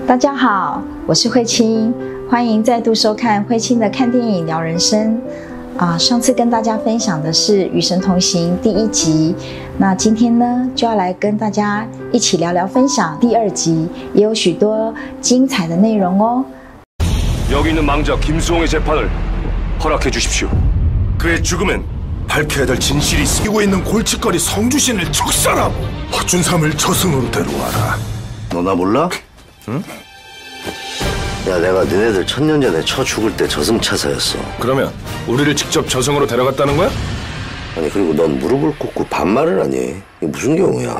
大家好，我是慧清，欢迎再度收看慧清的看电影聊人生。上次跟大家分享的是《与神同行》第1集，那今天呢就要来跟大家一起聊聊分享第2集，也有许多精彩的内容哦。 여기 있는 망자 김수홍의 재판을 허락해 주십시오. 그의 죽음엔 밝혀야 될 진실이 쓰고 있는 골칫거리 성주신을 척사하고 허준삼을 저승으로 데려와라. 너 나 몰라? 응? 야, 내가 너네들 1000년 전에 처 죽을 때 저승차사였어. 그러면 우리를 직접 저승으로 데려갔다는 거야? 아니, 그리고 넌 무릎을 꿇고 반말을 하니? 이게 무슨 경우야?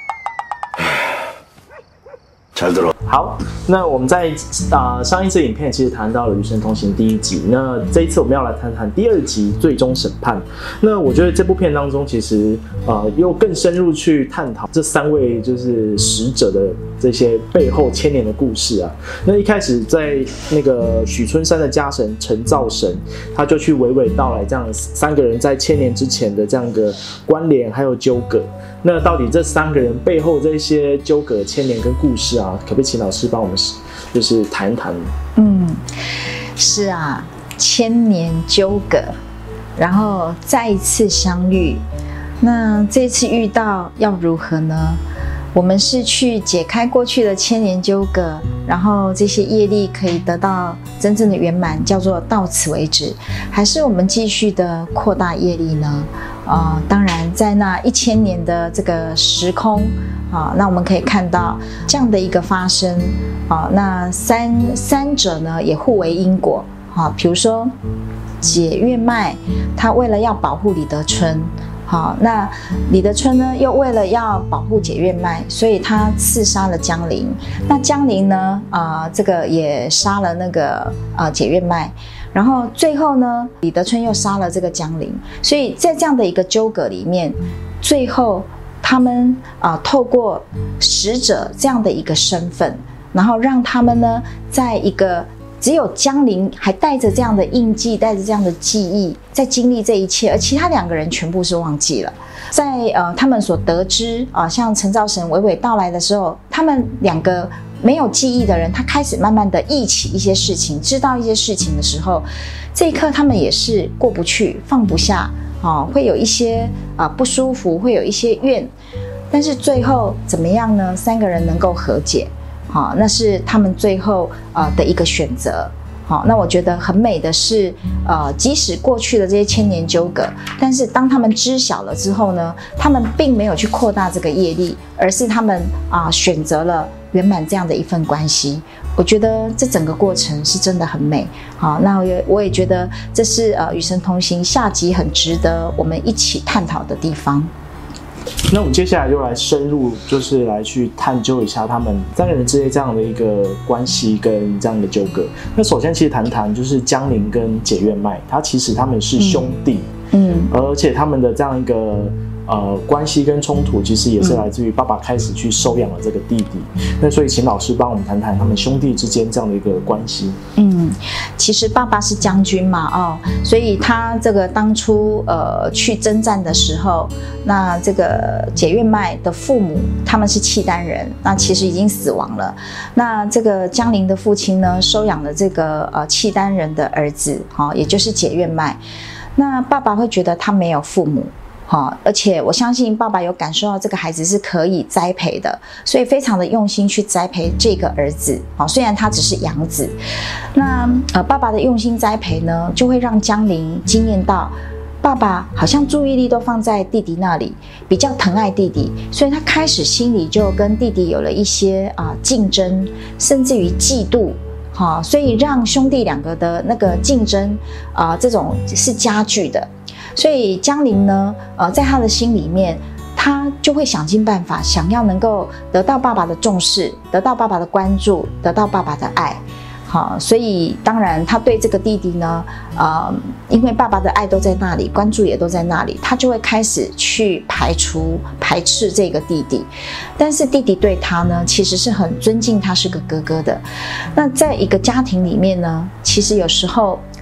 잘 들어. 好，那我们在上一支影片其实谈到了《与神同行》第1集，那这一次我们要来谈谈第2集《最终审判》。那我觉得这部片当中，其实又更深入去探讨这3位就是死者的这些背后牵连的故事啊。那一开始在那个许春山的家神陈兆神，他就去娓娓道来这样3个人在牵连之前的这样的关联还有纠葛。那到底这3个人背后这些纠葛、牵连跟故事啊，可不可以请老师帮我们就是谈谈？ 是啊，千年纠葛，然后再一次相遇，那这次遇到要如何呢？我们是去解开过去的千年纠葛，然后这些业力可以得到真正的圆满，叫做到此为止，还是我们继续的扩大业力呢？当然，在那1000年的这个时空，那我们可以看到这样的一个发生，那三者呢也互为因果，比如说解月脉，他为了要保护李德春。好，那李德春呢，又为了要保护解月脉，所以他刺杀了江陵。那江陵呢，这个也杀了那个解月脉，然后最后呢，李德春又杀了这个江陵。所以在这样的一个纠葛里面，最后他们透过使者这样的一个身份，然后让他们呢，在一个只有江陵还带着这样的印记，带着这样的记忆，在经历这一切，而其他2个人全部是忘记了。在他们所得知像陈兆神娓娓道来的时候，他们2个没有记忆的人，他开始慢慢的忆起一些事情，知道一些事情的时候，这一刻他们也是过不去，放不下，会有一些不舒服，会有一些怨，但是最后怎么样呢？3个人能够和解。那是他们最后的一个选择。那我觉得很美的是，即使过去的这些千年纠葛，但是当他们知晓了之后呢，他们并没有去扩大这个业力，而是他们选择了圆满这样的一份关系。我觉得这整个过程是真的很美。那我也觉得这是与神同行下集很值得我们一起探讨的地方。 那我们接下来就来深入，就是来去探究一下他们3个人之间这样的一个关系跟这样的纠葛。那首先，其实谈谈就是江陵跟解月脉，其实他们是兄弟，而且他们的这样一个关系跟冲突，其实也是来自于爸爸开始去收养了这个弟弟。那所以，请老师帮我们谈谈他们兄弟之间这样的一个关系。 其实爸爸是将军嘛，所以他这个当初去征战的时候，那这个解月脉的父母他们是契丹人，那其实已经死亡了。那这个江陵的父亲呢，收养了这个契丹人的儿子，也就是解月脉。那爸爸会觉得他没有父母。而且我相信爸爸有感受到这个孩子是可以栽培的，所以非常的用心去栽培这个儿子。虽然他只是养子，那爸爸的用心栽培呢，就会让江陵惊艳到爸爸好像注意力都放在弟弟那里，比较疼爱弟弟，所以他开始心里就跟弟弟有了一些竞争，甚至于嫉妒。所以让兄弟2个的那个竞争这种是加剧的。所以江陵呢，在他的心里面，他就会想尽办法，想要能够得到爸爸的重视，得到爸爸的关注，得到爸爸的爱。所以当然他对这个弟弟呢，因为爸爸的爱都在那里，关注也都在那里，他就会开始去排斥这个弟弟。但是弟弟对他呢，其实是很尊敬他是个哥哥的。那在一个家庭里面呢，其实有时候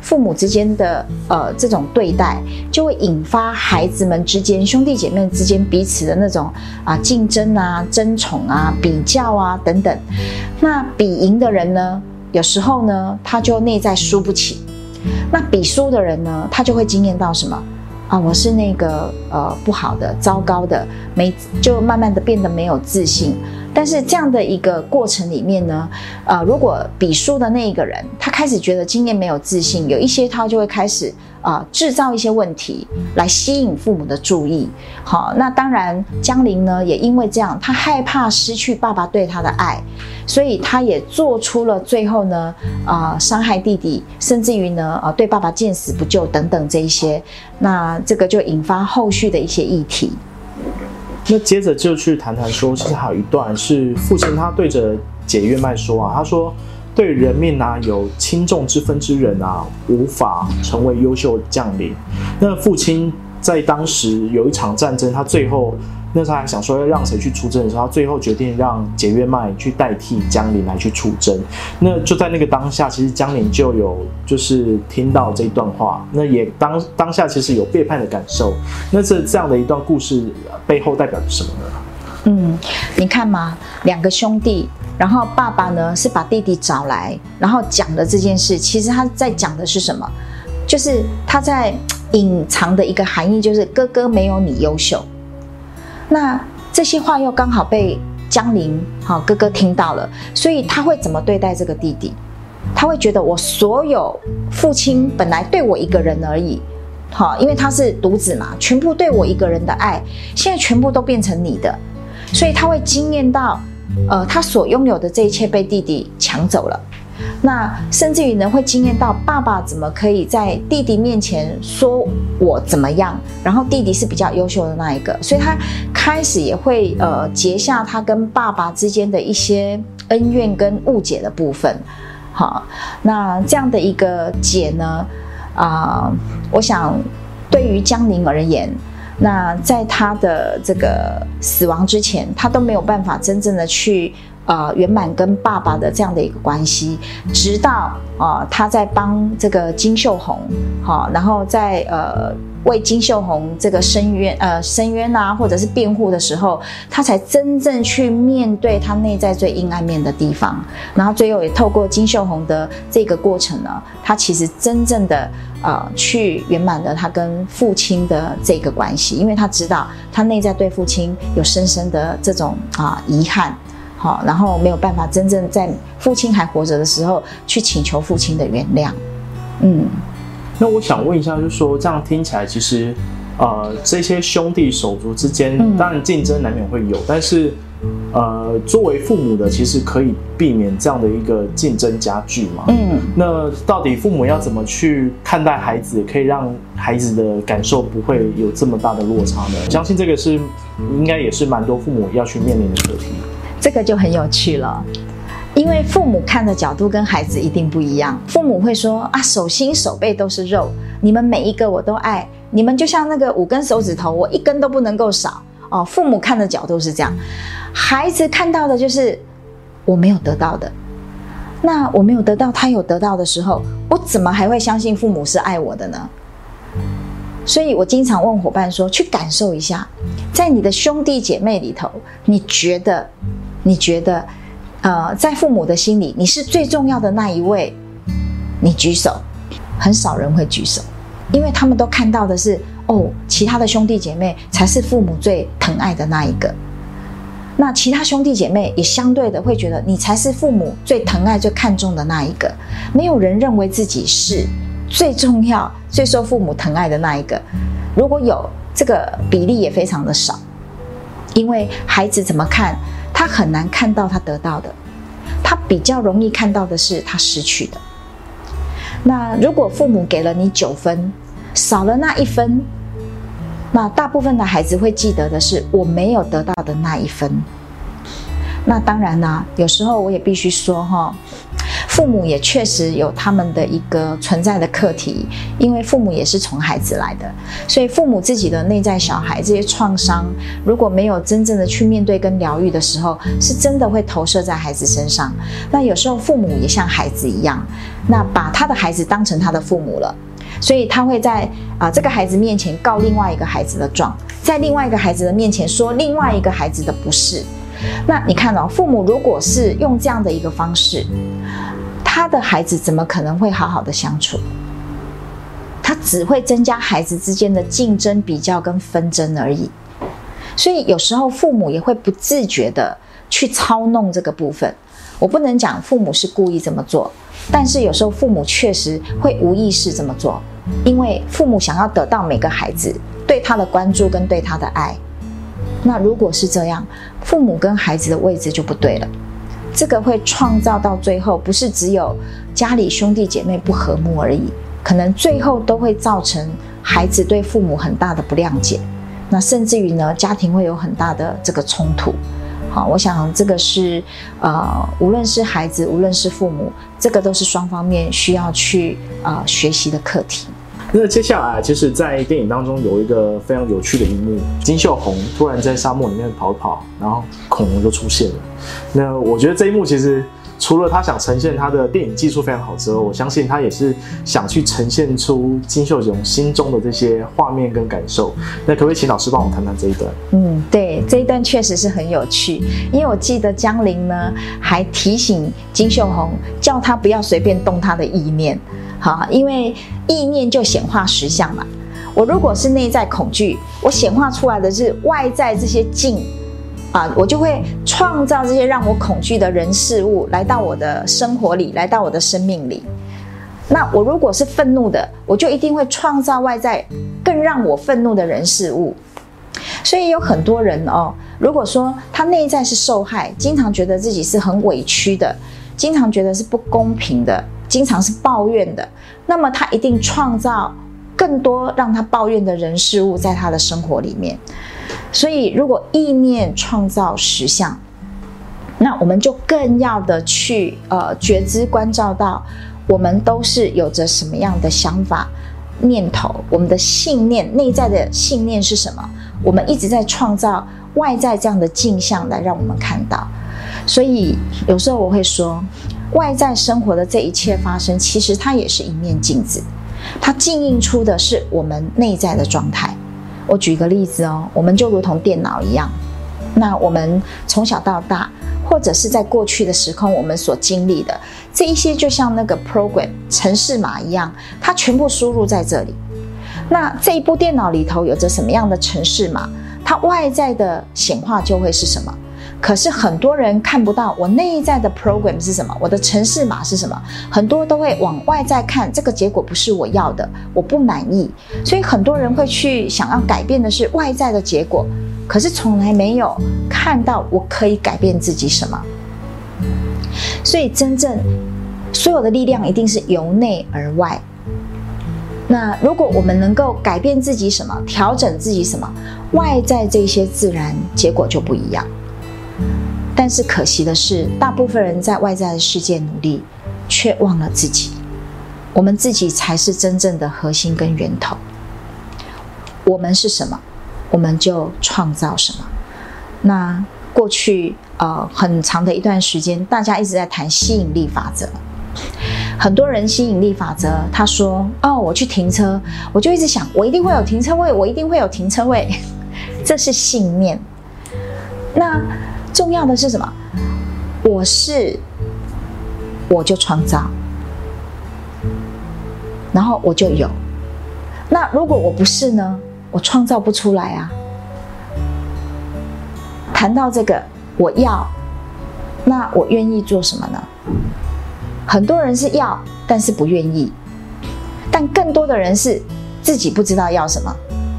父母之间的这种对待，就会引发孩子们之间、兄弟姐妹之间彼此的那种竞争啊、争宠啊、比较啊等等。那比赢的人呢，有时候呢，他就内在输不起；那比输的人呢，他就会经验到什么？我是那个不好的、糟糕的，就慢慢的变得没有自信。但是这样的一个过程里面呢，如果比输的那一个人，他开始觉得经验没有自信，有一些他就会开始制造一些问题来吸引父母的注意。好，那当然江玲呢也因为这样，他害怕失去爸爸对他的爱，所以他也做出了最后呢伤害弟弟，甚至于呢对爸爸见死不救等等这一些。那这个就引发后续的一些议题。 那接着就去谈谈说，其实还有一段是父亲他对着解约麦说他说对人命有轻重之分之人无法成为优秀将领。那父亲在当时有一场战争，他最后那时候还想说要让谁去出征的时候，他最后决定让解约麦去代替江陵来去出征。那就在那个当下，其实江陵就有就是听到这一段话，那也当下其实有背叛的感受。那这样的一段故事背后代表着什么呢？ 你看嘛，两个兄弟，然后爸爸呢是把弟弟找来，然后讲了这件事。其实他在讲的是什么？就是他在隐藏的一个含义，就是哥哥没有你优秀。那这些话又刚好被江陵哥哥听到了，所以他会怎么对待这个弟弟？他会觉得我所有父亲本来对我一个人而已，因为他是独子嘛，全部对我一个人的爱，现在全部都变成你的，所以他会惊艳到他所拥有的这一切被弟弟抢走了。那甚至于呢，会惊艳到爸爸怎么可以在弟弟面前说我怎么样，然后弟弟是比较优秀的那一个，所以他开始也会结下他跟爸爸之间的一些恩怨跟误解的部分。好，那这样的一个解呢，我想对于江陵而言，那在他的这个死亡之前，他都没有办法真正的去圆满跟爸爸的这样的一个关系，直到他在帮这个金秀红，然后在为金秀红这个申冤或者是辩护的时候，他才真正去面对他内在最阴暗面的地方。然后最后也透过金秀红的这个过程呢，他其实真正的去圆满了他跟父亲的这个关系，因为他知道他内在对父亲有深深的这种遗憾。然后没有办法真正在父亲还活着的时候去请求父亲的原谅。 那我想问一下，就是说这样听起来，其实这些兄弟手足之间，当然竞争难免会有，但是作为父母的，其实可以避免这样的一个竞争加剧嘛。那到底父母要怎么去看待孩子，可以让孩子的感受不会有这么大的落差呢？相信这个是应该也是蛮多父母要去面临的课题。 这个就很有趣了，因为父母看的角度跟孩子一定不一样。父母会说手心手背都是肉，你们每一个我都爱，你们就像那个5根手指头，我1根都不能够少。父母看的角度是这样，孩子看到的就是我没有得到的。那我没有得到，他有得到的时候，我怎么还会相信父母是爱我的呢？所以我经常问伙伴说，去感受一下，在你的兄弟姐妹里头，你觉得在父母的心里你是最重要的那一位，你举手。很少人会举手，因为他们都看到的是其他的兄弟姐妹才是父母最疼爱的那一个。那其他兄弟姐妹也相对的会觉得你才是父母最疼爱最看重的那一个。没有人认为自己是最重要最受父母疼爱的那一个，如果有，这个比例也非常的少。因为孩子怎么看，他很难看到他得到的，他比较容易看到的是他失去的。那如果父母给了你9分，少了那1分，那大部分的孩子会记得的是我没有得到的那1分。那当然啦，有时候我也必须说父母也确实有他们的一个存在的课题，因为父母也是从孩子来的，所以父母自己的内在小孩这些创伤，如果没有真正的去面对跟疗愈的时候，是真的会投射在孩子身上。那有时候父母也像孩子一样， 那把他的孩子当成他的父母了，所以他会在这个孩子面前告另外一个孩子的状，在另外一个孩子的面前说另外一个孩子的不是。那你看哦，父母如果是用这样的一个方式，他的孩子怎么可能会好好的相处？他只会增加孩子之间的竞争、比较跟纷争而已。所以有时候父母也会不自觉的去操弄这个部分。我不能讲父母是故意这么做，但是有时候父母确实会无意识这么做，因为父母想要得到每个孩子对他的关注跟对他的爱。那如果是这样，父母跟孩子的位置就不对了。这个会创造到最后，不是只有家里兄弟姐妹不和睦而已，可能最后都会造成孩子对父母很大的不谅解，那甚至于呢，家庭会有很大的这个冲突。好，我想这个是无论是孩子，无论是父母，这个都是双方面需要去学习的课题。 那接下来，其实，在电影当中有一个非常有趣的一幕，金秀红突然在沙漠里面跑，然后恐龙就出现了。那我觉得这一幕其实除了他想呈现他的电影技术非常好之后，我相信他也是想去呈现出金秀雄心中的这些画面跟感受。那可不可以请老师帮我谈谈这一段？ 对，这一段确实是很有趣，因为我记得江玲呢还提醒金秀红，叫他不要随便动他的意念。好，因为意念就显化实相嘛。我如果是内在恐惧，我显化出来的是外在这些境我就会创造这些让我恐惧的人事物来到我的生活里，来到我的生命里。那我如果是愤怒的，我就一定会创造外在更让我愤怒的人事物。所以有很多人如果说他内在是受害，经常觉得自己是很委屈的，经常觉得是不公平的，经常是抱怨的，那么他一定创造更多让他抱怨的人事物在他的生活里面。所以如果意念创造实相，那我们就更要的去觉知关照到我们都是有着什么样的想法念头，我们的信念，内在的信念是什么，我们一直在创造外在这样的镜像来让我们看到。所以有时候我会说，外在生活的这一切发生，其实它也是一面镜子，它镜映出的是我们内在的状态。我举个例子我们就如同电脑一样，那我们从小到大，或者是在过去的时空我们所经历的这一些，就像那个 program 程式码一样，它全部输入在这里。那这一部电脑里头有着什么样的程式码，它外在的显化就会是什么。可是很多人看不到我内在的 program 是什么，我的程式码是什么，很多都会往外在看，这个结果不是我要的，我不满意，所以很多人会去想要改变的是外在的结果，可是从来没有看到我可以改变自己什么。所以真正所有的力量一定是由内而外。那如果我们能够改变自己什么，调整自己什么，外在这些自然结果就不一样。但是可惜的是，大部分人在外在的世界努力，却忘了自己。我们自己才是真正的核心跟源头。我们是什么，我们就创造什么。那过去很长的一段时间，大家一直在谈吸引力法则。很多人吸引力法则，他说我去停车，我就一直想我一定会有停车位，我一定会有停车位。这是信念。那重要的是什么？我就创造，然后我就有。那如果我不是呢？我创造不出来啊。谈到这个，我要，那我愿意做什么呢？很多人是要，但是不愿意，但更多的人是自己不知道要什么。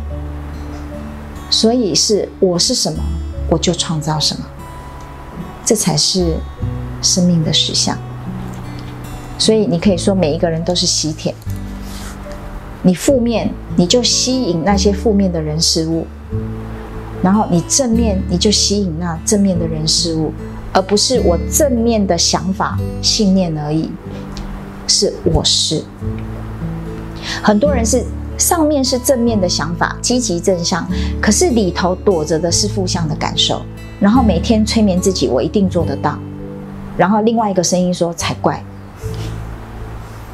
所以是我是什么，我就创造什么。这才是生命的实相。所以你可以说每一个人都是吸铁，你负面你就吸引那些负面的人事物，然后你正面你就吸引那正面的人事物，而不是我正面的想法信念而已，是我是。很多人是上面是正面的想法，积极正向，可是里头躲着的是负向的感受，然后每天催眠自己我一定做得到，然后另外一个声音说才怪。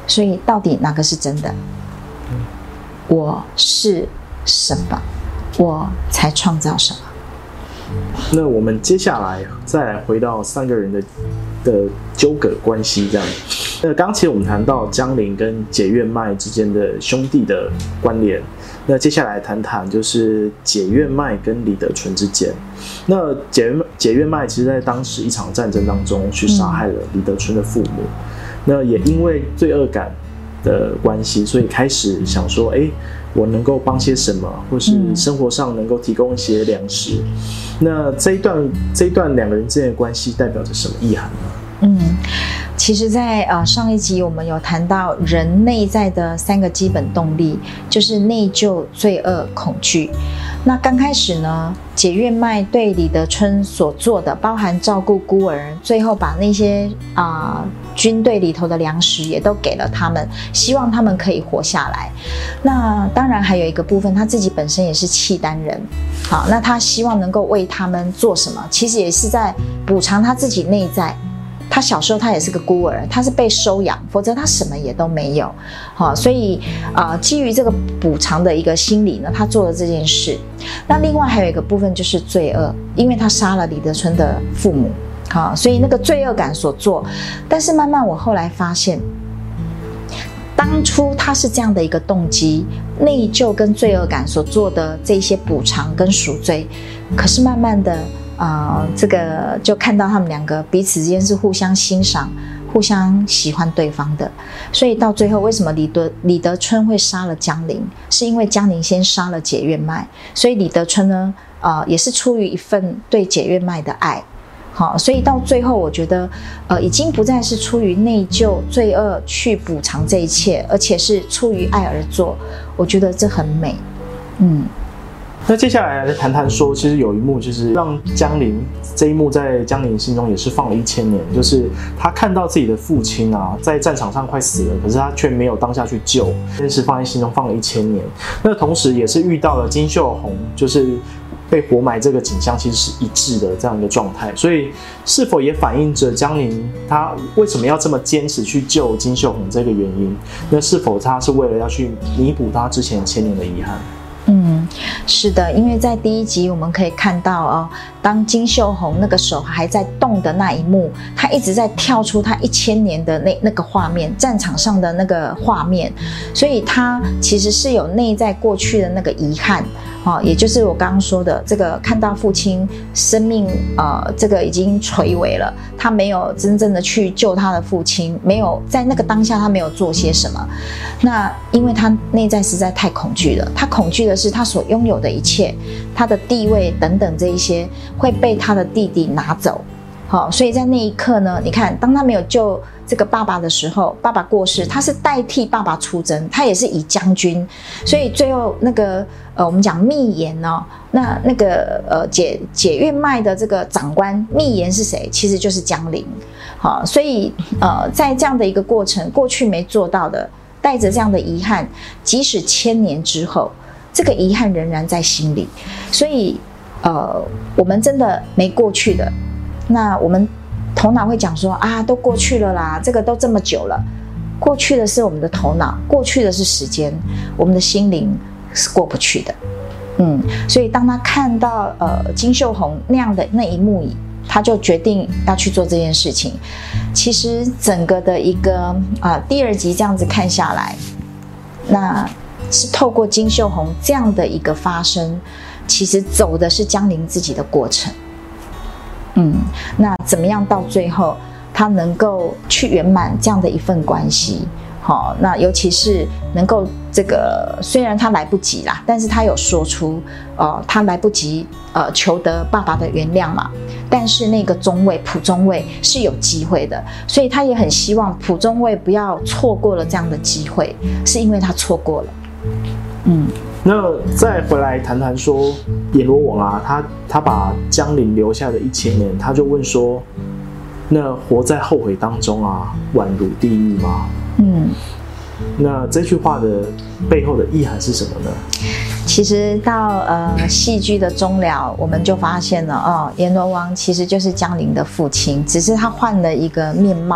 所以到底哪个是真的？我是什么，我才创造什么。 那我们接下来再来回到三个人的纠葛关系，这样。那刚其实我们谈到江陵跟解怨麦之间的兄弟的关联，那接下来谈谈就是解怨麦跟李德春之间。那解怨麦其实在当时一场战争当中去杀害了李德春的父母，那也因为罪恶感的关系，所以开始想说，我能够帮些什么，或是生活上能够提供一些粮食。那这一段两个人之间的关系代表着什么意涵呢？ 其实在上一集我们有谈到人内在的3个基本动力，就是内疚、罪恶、恐惧。那刚开始呢，解怨麦对李德春所做的，包含照顾孤儿，最后把那些军队里头的粮食也都给了他们，希望他们可以活下来。那当然还有一个部分，他自己本身也是契丹人，好，那他希望能够为他们做什么，其实也是在补偿他自己内在。他小时候他也是个孤儿，他是被收养，否则他什么也都没有。好，所以基于这个补偿的一个心理呢，他做了这件事。那另外还有一个部分就是罪恶，因为他杀了李德春的父母，好，所以那个罪恶感所做。但是慢慢我后来发现，当初他是这样的一个动机，内疚跟罪恶感所做的这些补偿跟赎罪，可是慢慢的这个就看到他们两个彼此之间是互相欣赏、互相喜欢对方的。所以到最后，为什么李德春会杀了江陵？是因为江陵先杀了解怨麦，所以李德春呢，也是出于一份对解怨麦的爱。好，所以到最后，我觉得，已经不再是出于内疚、罪恶去补偿这一切，而且是出于爱而做。我觉得这很美。 那接下来谈谈说，其实有一幕就是让江陵这一幕在江陵心中也是放了1000年，就是他看到自己的父亲在战场上快死了，可是他却没有当下去救，这件事放在心中放了1000年。那同时也是遇到了金秀红，就是被活埋这个景象其实是一致的这样一个状态，所以是否也反映着江陵他为什么要这么坚持去救金秀红这个原因？那是否他是为了要去弥补他之前1000年的遗憾？ 是的，因为在第1集我们可以看到当金秀红那个手还在动的那一幕，他一直在跳出他1000年的那个画面，战场上的那个画面，所以他其实是有内在过去的那个遗憾。也就是我刚刚说的这个，看到父亲生命这个已经垂危了，他没有真正的去救他的父亲，没有在那个当下他没有做些什么。那因为他内在实在太恐惧了，他恐惧的是他所拥有的一切，他的地位等等这一些会被他的弟弟拿走。好，所以在那一刻呢，你看，当他没有救这个爸爸的时候，爸爸过世，他是代替爸爸出征，他也是以将军，所以最后那个我们讲密言那个解怨麦的这个长官密言是谁？其实就是江陵。好，所以在这样的一个过程，过去没做到的，带着这样的遗憾，即使1000年之后，这个遗憾仍然在心里。所以我们真的没过去的。那我们头脑会讲说都过去了啦，这个都这么久了。过去的是我们的头脑，过去的是时间，我们的心灵是过不去的。所以当他看到金秀红那样的那一幕，他就决定要去做这件事情。其实整个的一个第2集这样子看下来，那是透过金秀红这样的一个发生，其实走的是江陵自己的过程。那怎么样到最后他能够去圆满这样的一份关系？那尤其是能够这个，虽然他来不及啦，但是他有说出他来不及求得爸爸的原谅嘛，但是那个蒲中尉是有机会的，所以他也很希望蒲中尉不要错过了这样的机会，是因为他错过了。 那再回来谈谈说，阎罗王他把江陵留下的1000年，他就问说，那活在后悔当中宛如地狱吗？那这句话的背后的意涵是什么呢？ 其实到戏剧的终了，我们就发现了阎罗王其实就是江陵的父亲，只是他换了一个面貌。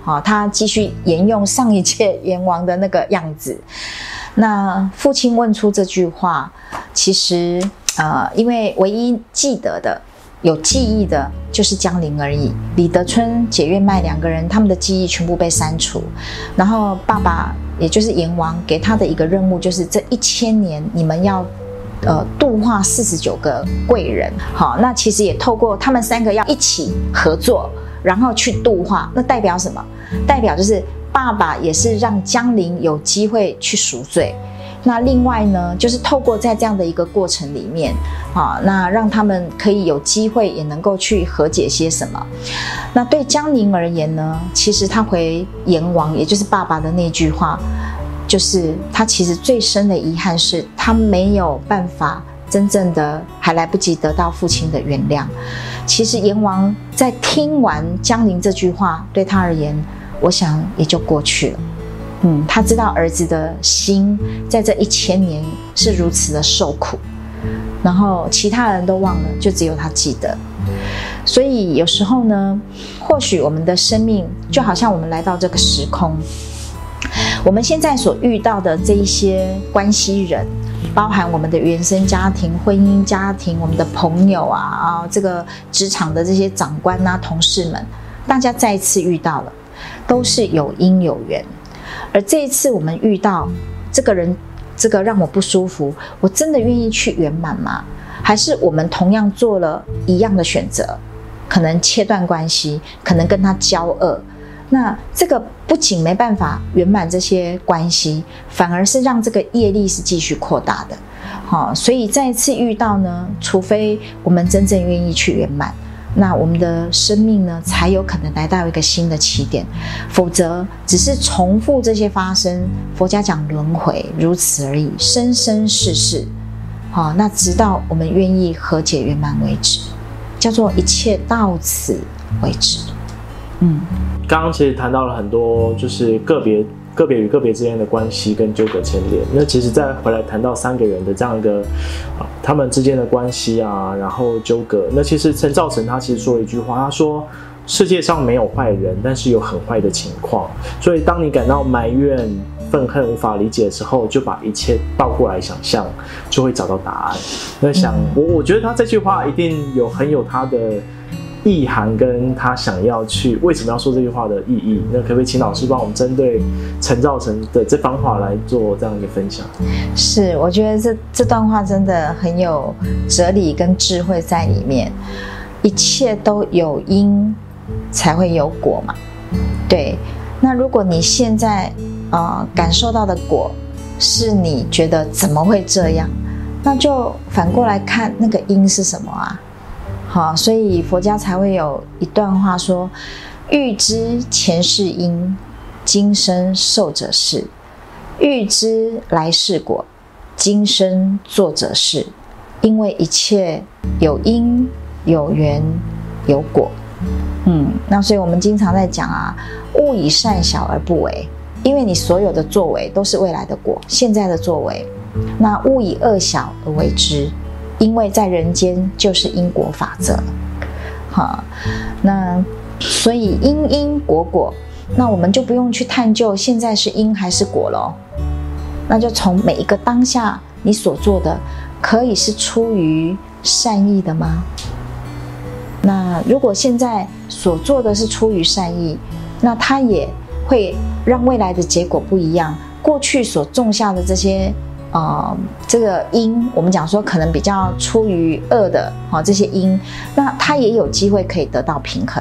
他继续沿用上一届阎王的那个样子。那父亲问出这句话，其实因为唯一记得的、有记忆的就是江陵而已。李德春、解月迈两个人，他们的记忆全部被删除。然后爸爸，也就是阎王给他的一个任务，就是这1000年你们要度化49个贵人。好，那其实也透过他们3个要一起合作，然后去度化。那代表什么？代表就是爸爸也是让江陵有机会去赎罪。那另外呢，就是透过在这样的一个过程里面，那让他们可以有机会也能够去和解些什么。那对江陵而言呢，其实他回阎王，也就是爸爸的那句话，就是他其实最深的遗憾是他没有办法真正的还来不及得到父亲的原谅。其实阎王在听完江陵这句话，对他而言，我想也就过去了。他知道儿子的心在这1000年是如此的受苦，然后其他人都忘了，就只有他记得。所以有时候呢，或许我们的生命就好像我们来到这个时空，我们现在所遇到的这一些关系人，包含我们的原生家庭、婚姻家庭、我们的朋友这个职场的这些长官同事们，大家再一次遇到了，都是有因有缘。而这一次我们遇到这个人，这个让我不舒服，我真的愿意去圆满吗？还是我们同样做了一样的选择，可能切断关系，可能跟他交恶？那这个不仅没办法圆满这些关系，反而是让这个业力是继续扩大的。所以再一次遇到呢，除非我们真正愿意去圆满，那我们的生命呢，才有可能来到一个新的起点。否则只是重复这些发生，佛家讲轮回，如此而已，生生世世。那直到我们愿意和解圆满为止，叫做一切到此为止。 刚刚其实谈到了很多，就是个别与个别之间的关系跟纠葛牵连。那其实再回来谈到3个人的这样一个他们之间的关系然后纠葛。那其实陈兆成他其实说了一句话，他说世界上没有坏人，但是有很坏的情况。所以当你感到埋怨、愤恨、无法理解的时候，就把一切倒过来想象，就会找到答案。那我觉得他这句话一定很有他的意涵，跟他想要去为什么要说这句话的意义。那可不可以请老师帮我们针对陈兆成的这番话来做这样一个分享？ 是，我觉得这段话真的很有哲理跟智慧在里面。一切都有因才会有果嘛。对，那如果你现在感受到的果是你觉得怎么会这样，那就反过来看那个因是什么啊？好，所以佛家才会有一段话说：欲知前世因，今生受者是；欲知来世果，今生作者是。因为一切有因、有缘、有果。那所以我们经常在讲勿以善小而不为，因为你所有的作为都是未来的果，现在的作为。那勿以恶小而为之，因为在人间就是因果法则。那所以因果果，那我们就不用去探究现在是因还是果咯，那就从每一个当下你所做的可以是出于善意的吗？那如果现在所做的是出于善意，那它也会让未来的结果不一样。过去所种下的这些这个因，我们讲说可能比较出于恶的这些因，那它也有机会可以得到平衡。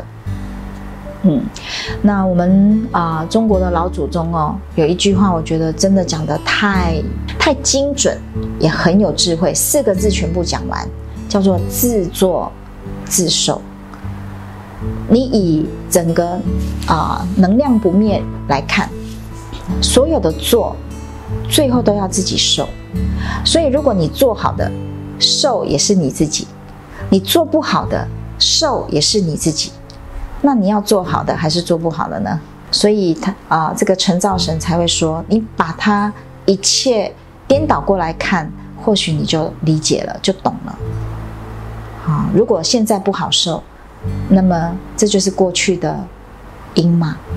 那我们中国的老祖宗有一句话，我觉得真的讲得太精准，也很有智慧，4个字全部讲完，叫做自作自受。你以整个能量不灭来看，所有的做最后都要自己受。所以如果你做好的，受也是你自己；你做不好的，受也是你自己。那你要做好的还是做不好的呢？所以这个陈兆成才会说，你把它一切颠倒过来看，或许你就理解了，就懂了。如果现在不好受，那么这就是过去的因嘛。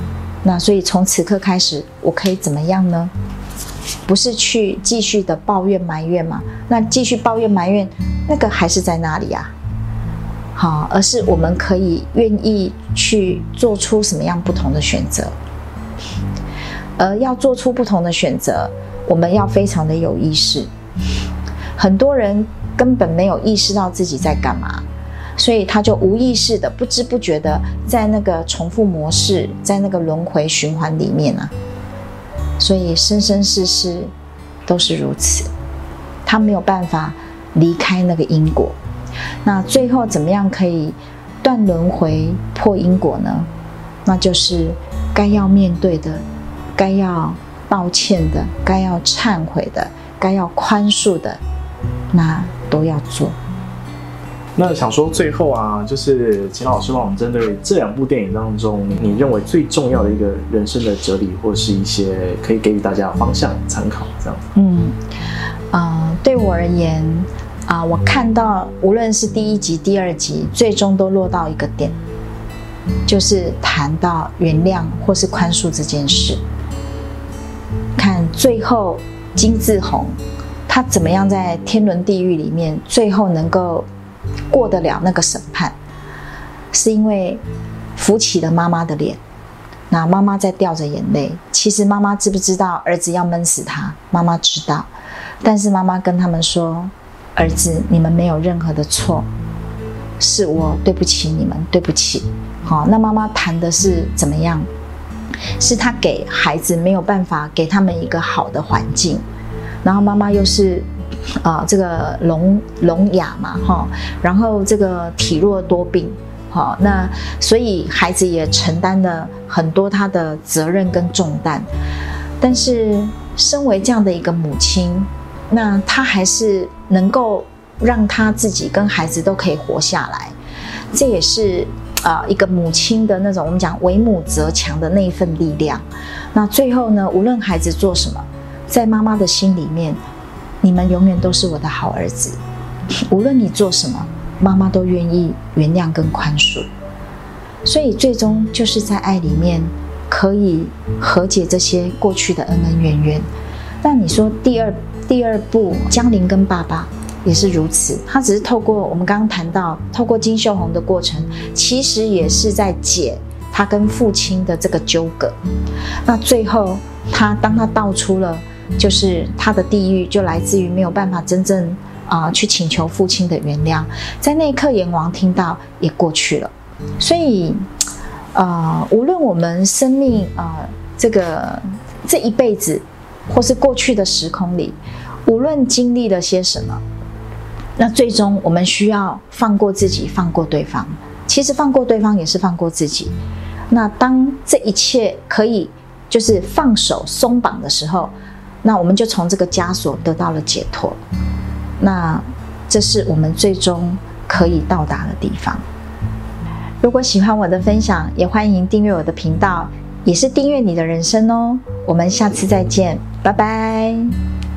那所以从此刻开始，我可以怎么样呢？不是去继续的抱怨埋怨嘛？那继续抱怨埋怨，那个还是在那里啊。好，而是我们可以愿意去做出什么样不同的选择。而要做出不同的选择，我们要非常的有意识。很多人根本没有意识到自己在干嘛，所以他就无意识的、不知不觉的在那个重复模式，在那个轮回循环里面啊。所以生生世世都是如此，他没有办法离开那个因果。那最后怎么样可以断轮回、破因果呢？那就是该要面对的、该要道歉的、该要忏悔的、该要宽恕的，那都要做。 那想说最后啊，就是请老师帮我们针对这2部电影当中，你认为最重要的一个人生的哲理，或是一些可以给予大家的方向参考，这样子。 对我而言我看到无论是第1集、第2集，最终都落到一个点，就是谈到原谅或是宽恕这件事。看最后金志宏他怎么样在天伦地狱里面，最后能够过得了那个审判，是因为扶起了妈妈的脸。那妈妈在掉着眼泪，其实妈妈知不知道儿子要闷死他？妈妈知道，但是妈妈跟他们说，儿子，你们没有任何的错，是我对不起你们，对不起。好，那妈妈谈的是怎么样？是她给孩子没有办法给他们一个好的环境，然后妈妈又是这个聋哑嘛，然后这个体弱多病，那所以孩子也承担了很多他的责任跟重担。但是身为这样的一个母亲，那她还是能够让她自己跟孩子都可以活下来，这也是一个母亲的那种我们讲为母则强的那一份力量。那最后呢，无论孩子做什么，在妈妈的心里面，你们永远都是我的好儿子，无论你做什么，妈妈都愿意原谅跟宽恕。所以最终就是在爱里面可以和解这些过去的恩恩怨怨。那你说第二部江玲跟爸爸也是如此，他只是透过我们刚刚谈到透过金秀红的过程，其实也是在解他跟父亲的这个纠葛。那最后当他道出了就是他的地狱就来自于没有办法真正去请求父亲的原谅，在那一刻阎王听到也过去了。所以无论我们生命这一辈子或是过去的时空里，无论经历了些什么，那最终我们需要放过自己，放过对方。其实放过对方也是放过自己。那当这一切可以就是放手松绑的时候，那我们就从这个枷锁得到了解脱。那这是我们最终可以到达的地方。如果喜欢我的分享，也欢迎订阅我的频道，也是订阅你的人生哦。我们下次再见，拜拜。